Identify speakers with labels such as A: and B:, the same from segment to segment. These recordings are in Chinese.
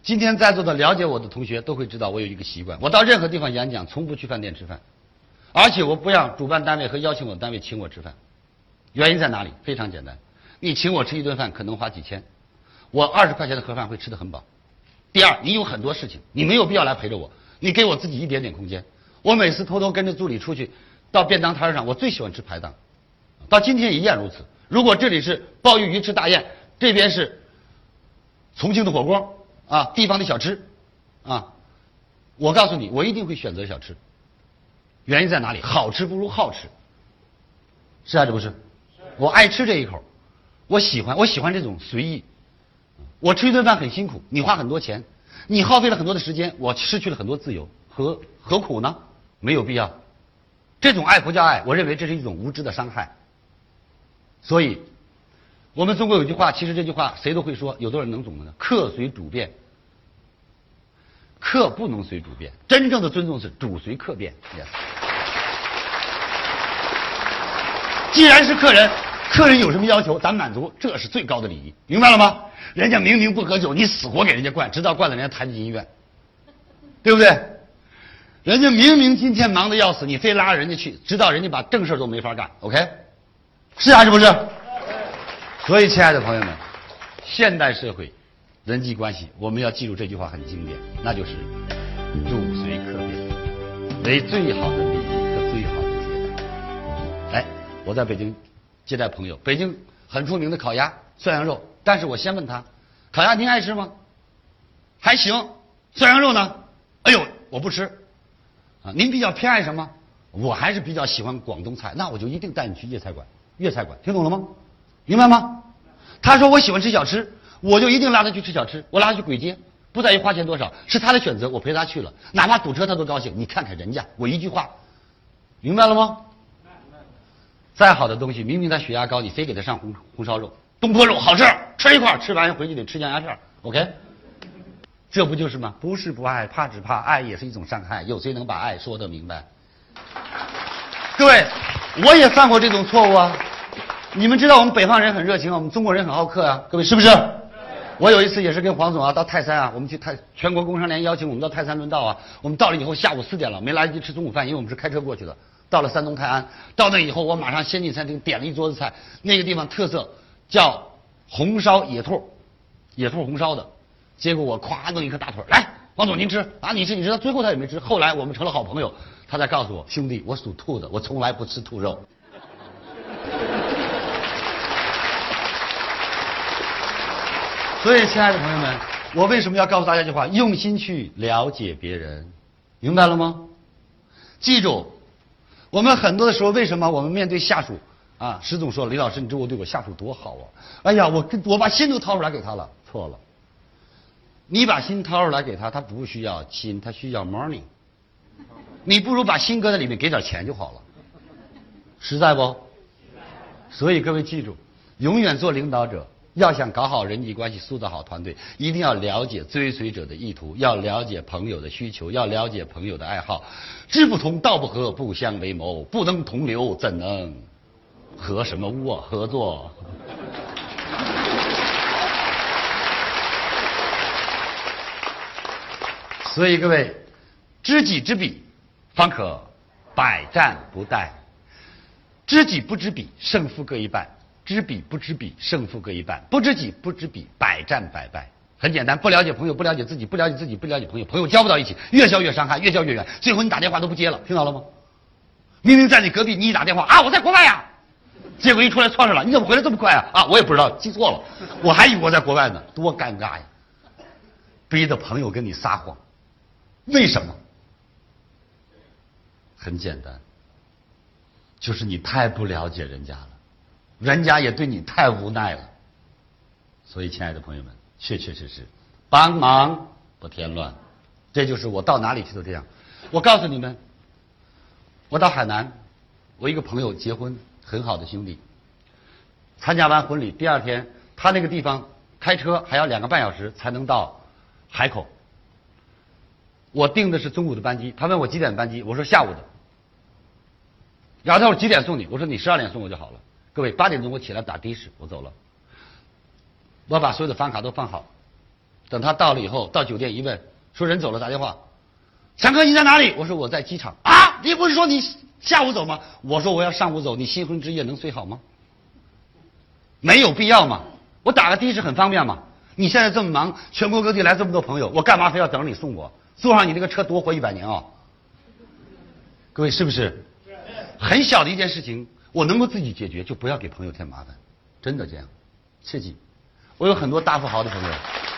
A: 今天在座的了解我的同学都会知道，我有一个习惯，我到任何地方演讲，从不去饭店吃饭，而且我不让主办单位和邀请我的单位请我吃饭。原因在哪里？非常简单，你请我吃一顿饭可能花几千，我20块钱的盒饭会吃得很饱。第二，你有很多事情，你没有必要来陪着我，你给我自己一点点空间。我每次偷偷跟着助理出去，到便当摊上，我最喜欢吃排档，到今天一样如此。如果这里是鲍鱼鱼翅大宴，这边是重庆的火锅啊，地方的小吃啊，我告诉你，我一定会选择小吃。原因在哪里？好吃不如好吃，是还是不是？我爱吃这一口，我喜欢这种随意。我吃一顿饭很辛苦，你花很多钱，你耗费了很多的时间，我失去了很多自由，何苦呢？没有必要。这种爱不叫爱，我认为这是一种无知的伤害。所以，我们中国有句话，其实这句话谁都会说，有多少人能懂的呢？客随主便。客不能随主便，真正的尊重是主随客便。Yes。既然是客人，客人有什么要求，咱满足，这是最高的礼仪，明白了吗？人家明明不喝酒，你死活给人家灌，直到灌了人家抬进医院，对不对？人家明明今天忙得要死，你非拉着人家去，直到人家把正事都没法干。OK， 是还是不是？所以，亲爱的朋友们，现代社会人际关系，我们要记住这句话很经典，那就是主随客便，为最好的礼仪和最好的接待。哎，我在北京接待朋友，北京很出名的烤鸭、涮羊肉，但是我先问他，烤鸭您爱吃吗？还行。涮羊肉呢？哎呦，我不吃。啊，您比较偏爱什么？我还是比较喜欢广东菜，那我就一定带你去粤菜馆，听懂了吗？明白吗？他说我喜欢吃小吃，我就一定拉他去吃小吃，我拉他去簋街，不在于花钱多少，是他的选择，我陪他去了，哪怕堵车他都高兴。你看看人家，我一句话，明白了吗？再好的东西，明明他血压高，你非给他上红烧肉、东坡肉好吃，吃一块，吃完回去得吃羊牙片 ，OK？ 这不就是吗？不是不爱，怕只怕爱也是一种伤害。有谁能把爱说得明白？各位，我也犯过这种错误啊。你们知道我们北方人很热情，我们中国人很好客啊，各位是不是？我有一次也是跟黄总啊到泰山啊，我们去全国工商联邀请我们到泰山论道啊，我们到了以后下午4点了，没来得及吃中午饭，因为我们是开车过去的。到了山东泰安，到那以后我马上先进餐厅点了一桌子菜，那个地方特色叫红烧野兔红烧的。结果我咵弄一颗大腿，来，王总您吃啊，你吃，最后他也没吃。后来我们成了好朋友，他才告诉我，兄弟，我属兔的，我从来不吃兔肉。所以，亲爱的朋友们，我为什么要告诉大家一句话？用心去了解别人，明白了吗？记住，我们很多的时候，为什么我们面对下属啊？石总说，李老师，你知道我对我下属多好啊？哎呀，我把心都掏出来给他了，错了。你把心掏出来给他，他不需要心，他需要 money。你不如把心搁在里面，给点钱就好了，实在不？所以各位记住，永远做领导者，要想搞好人际关系，塑造好团队，一定要了解追随者的意图，要了解朋友的需求，要了解朋友的爱好。志不同道不合，不相为谋，不能同流，怎能合什么污啊？合作。所以各位，知己知彼，方可百战不殆。知己不知彼，胜负各一半；知彼不知彼，胜负各一半；不知己不知彼，百战百败。很简单，不了解朋友，不了解自己，不了解自己，不了解朋友，朋友交不到一起，越交越伤害，越交越远，最后你打电话都不接了，听到了吗？明明在你隔壁，你一打电话啊，我在国外呀，结果一出来窜上了，你怎么回来这么快啊？啊，我也不知道，记错了，我还以为我在国外呢，多尴尬呀！逼着朋友跟你撒谎。为什么？很简单，就是你太不了解人家了，人家也对你太无奈了。所以，亲爱的朋友们，确确实实，帮忙不添乱，这就是我到哪里去都这样。我告诉你们，我到海南，我一个朋友结婚，很好的兄弟，参加完婚礼，第二天他那个地方开车还要2个半小时才能到海口。我订的是中午的班机，他问我几点班机，我说下午的。然后他说几点送你，我说你12点送我就好了。各位，8点钟我起来打的士，我走了。我把所有的房卡都放好， 等他到了以后，到酒店一问，说人走了，打电话，强哥你在哪里？我说我在机场。啊，你不是说你下午走吗？我说我要上午走，你新婚之夜能睡好吗？没有必要嘛，我打个的士很方便嘛。你现在这么忙，全国各地来这么多朋友，我干嘛非要等着你送我？坐上你那个车多活100年啊！各位是不是？很小的一件事情，我能够自己解决，就不要给朋友添麻烦，真的这样，切记。我有很多大富豪的朋友，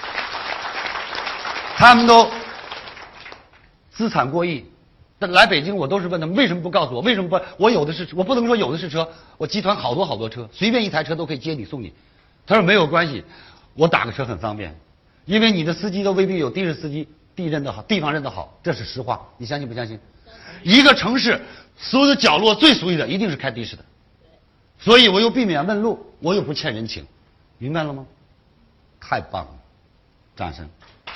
A: 他们都资产过亿，但来北京我都是问他们为什么不告诉我？为什么不？我有的是，我不能说有的是车，我集团好多车，随便一台车都可以接你送你。他说没有关系，我打个车很方便，因为你的司机都未必有的士司机地认得好，地方认得好，这是实话，你相信不相信？一个城市所有的角落最熟悉的一定是开的士的，所以我又避免问路，我又不欠人情，明白了吗？太棒了，掌声。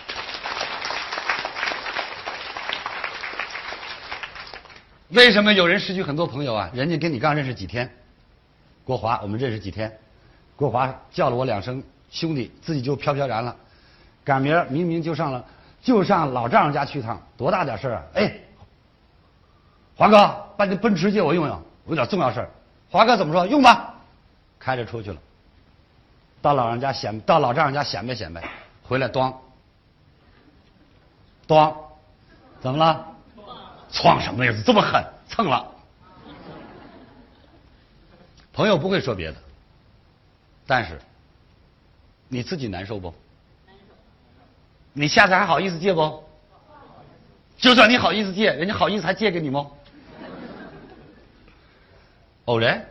A: 为什么有人失去很多朋友啊？人家跟你刚认识几天，国华我们认识几天，国华叫了我2声兄弟，自己就飘飘然了。赶明儿明明就上老丈人家去一趟，多大点事儿啊？哎，华哥，把你奔驰借我用用，我有点重要事儿。华哥怎么说？用吧，开着出去了。到老丈人家显摆，回来咣，怎么了？撞什么意思？这么狠，蹭了。朋友不会说别的，但是你自己难受不？你下次还好意思借不？就算你好意思借，人家好意思还借给你吗？偶然。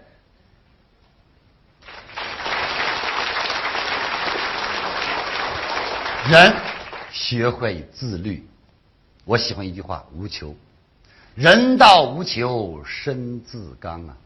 A: 人学会自律，我喜欢一句话：无求。人到无求身自刚啊！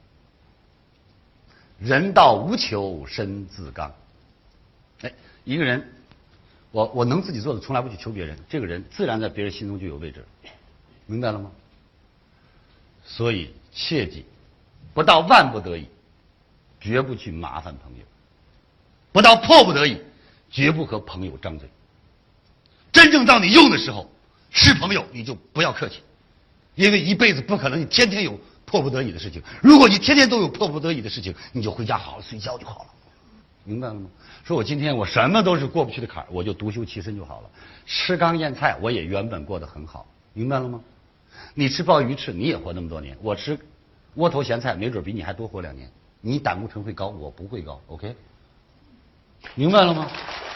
A: 人到无求身自刚。哎，一个人，我能自己做的，从来不去求别人，这个人自然在别人心中就有位置，明白了吗？所以切记，不到万不得已，绝不去麻烦朋友；不到迫不得已，绝不和朋友张嘴。真正到你用的时候，是朋友你就不要客气，因为一辈子不可能你天天有迫不得已的事情。如果你天天都有迫不得已的事情，你就回家好好睡觉就好了，明白了吗？说我今天我什么都是过不去的坎儿，我就独修其身就好了。吃缸咽菜我也原本过得很好，明白了吗？你吃鲍鱼翅你也活那么多年，我吃窝头咸菜没准比你还多活2年。你胆固醇会高，我不会高 ，OK？ 明白了吗？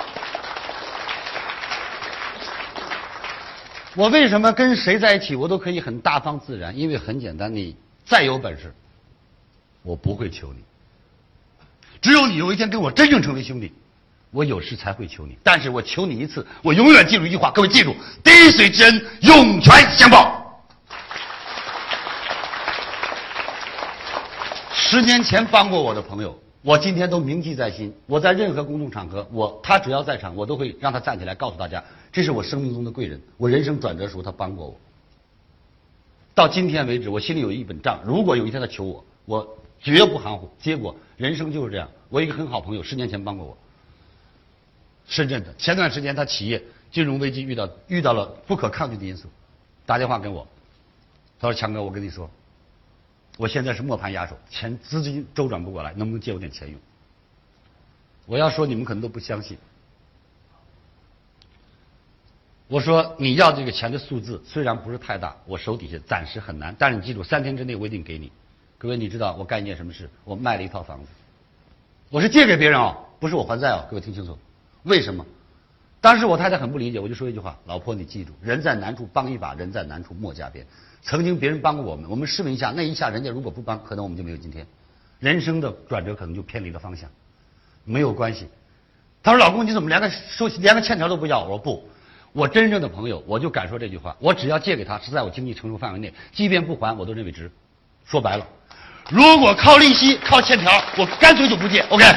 A: 我为什么跟谁在一起我都可以很大方自然？因为很简单，你再有本事，我不会求你。只有你有一天跟我真正成为兄弟，我有时才会求你。但是我求你一次，我永远记住一句话，各位记住：滴水之恩，涌泉相报。10年前帮过我的朋友，我今天都铭记在心。我在任何公众场合，他只要在场，我都会让他站起来，告诉大家，这是我生命中的贵人，我人生转折时候他帮过我。到今天为止，我心里有一本账，如果有一天他求我，我绝不含糊。结果人生就是这样。我一个很好朋友10年前帮过我，深圳的，前段时间他企业金融危机遇到了不可抗拒的因素，打电话跟我，他说：“强哥，我跟你说，我现在是磨盘压手，资金周转不过来，能不能借我点钱用？”我要说你们可能都不相信。我说你要这个钱的数字虽然不是太大，我手底下暂时很难，但是你记住3天之内我一定给你。各位，你知道我干一件什么事？我卖了一套房子，我是借给别人啊，不是我还债啊，各位听清楚。为什么？当时我太太很不理解，我就说一句话：老婆，你记住，人在难处帮一把，人在难处莫加鞭。曾经别人帮过我们，我们试问一下，那一下人家如果不帮，可能我们就没有今天，人生的转折可能就偏离了方向。没有关系。他说：“老公，你怎么连个欠条都不要？”我说：“不，我真正的朋友，我就敢说这句话。我只要借给他，是在我经济承受范围内，即便不还，我都认为值。说白了，如果靠利息、靠欠条，我干脆就不借。OK？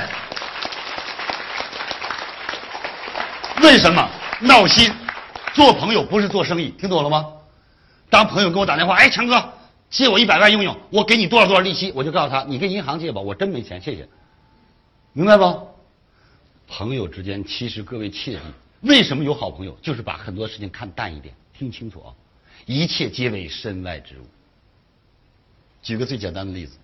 A: 为什么闹心？做朋友不是做生意，听懂了吗？当朋友给我打电话，哎，强哥，借我100万用用，我给你多少利息，我就告诉他，你跟银行借吧，我真没钱，谢谢。明白不？朋友之间，其实各位切记， 为什么有好朋友？就是把很多事情看淡一点。听清楚啊，一切皆为身外之物。举个最简单的例子，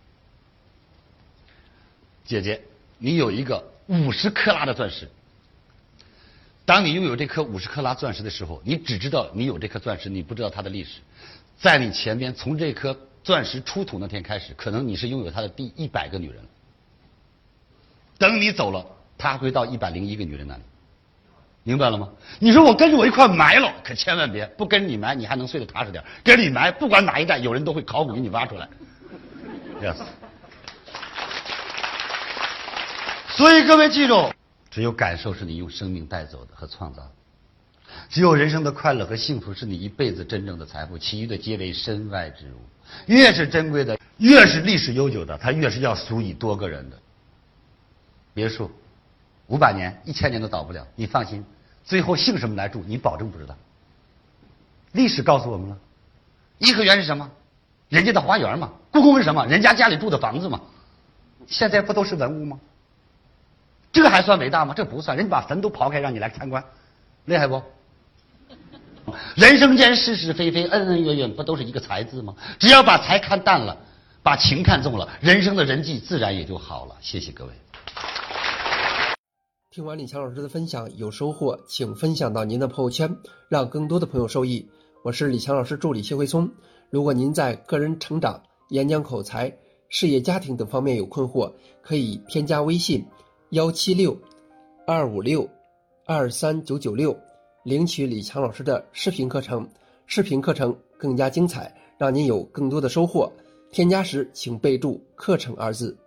A: 姐姐，你有一个50克拉的钻石。当你拥有这颗50克拉钻石的时候，你只知道你有这颗钻石，你不知道它的历史。在你前边，从这颗钻石出土那天开始，可能你是拥有它的第100个女人了。等你走了，它会到101个女人那里。明白了吗？你说我跟着我一块埋了，可千万别，不跟你埋你还能睡得踏实点，跟你埋不管哪一代，有人都会考古给你挖出来。Yes。所以各位记住，只有感受是你用生命带走的和创造的，只有人生的快乐和幸福是你一辈子真正的财富，其余的皆为身外之物。越是珍贵的，越是历史悠久的，它越是要属于多个人的。别墅500年、1000年都倒不了，你放心。最后姓什么来住，你保证不知道。历史告诉我们了，颐和园是什么？人家的花园嘛。故宫是什么？人家家里住的房子嘛。现在不都是文物吗？这还算伟大吗？这不算，人家把坟都刨开让你来参观，厉害不？人生间是是非非，恩恩怨怨，不都是一个财字吗？只要把财看淡了，把情看重了，人生的人际自然也就好了。谢谢各位。
B: 听完李强老师的分享，有收获请分享到您的朋友圈，让更多的朋友受益。我是李强老师助理谢慧聪。如果您在个人成长、演讲口才、事业家庭等方面有困惑，可以添加微信176-256-23996，领取李强老师的视频课程。视频课程更加精彩，让您有更多的收获。添加时请备注课程2字。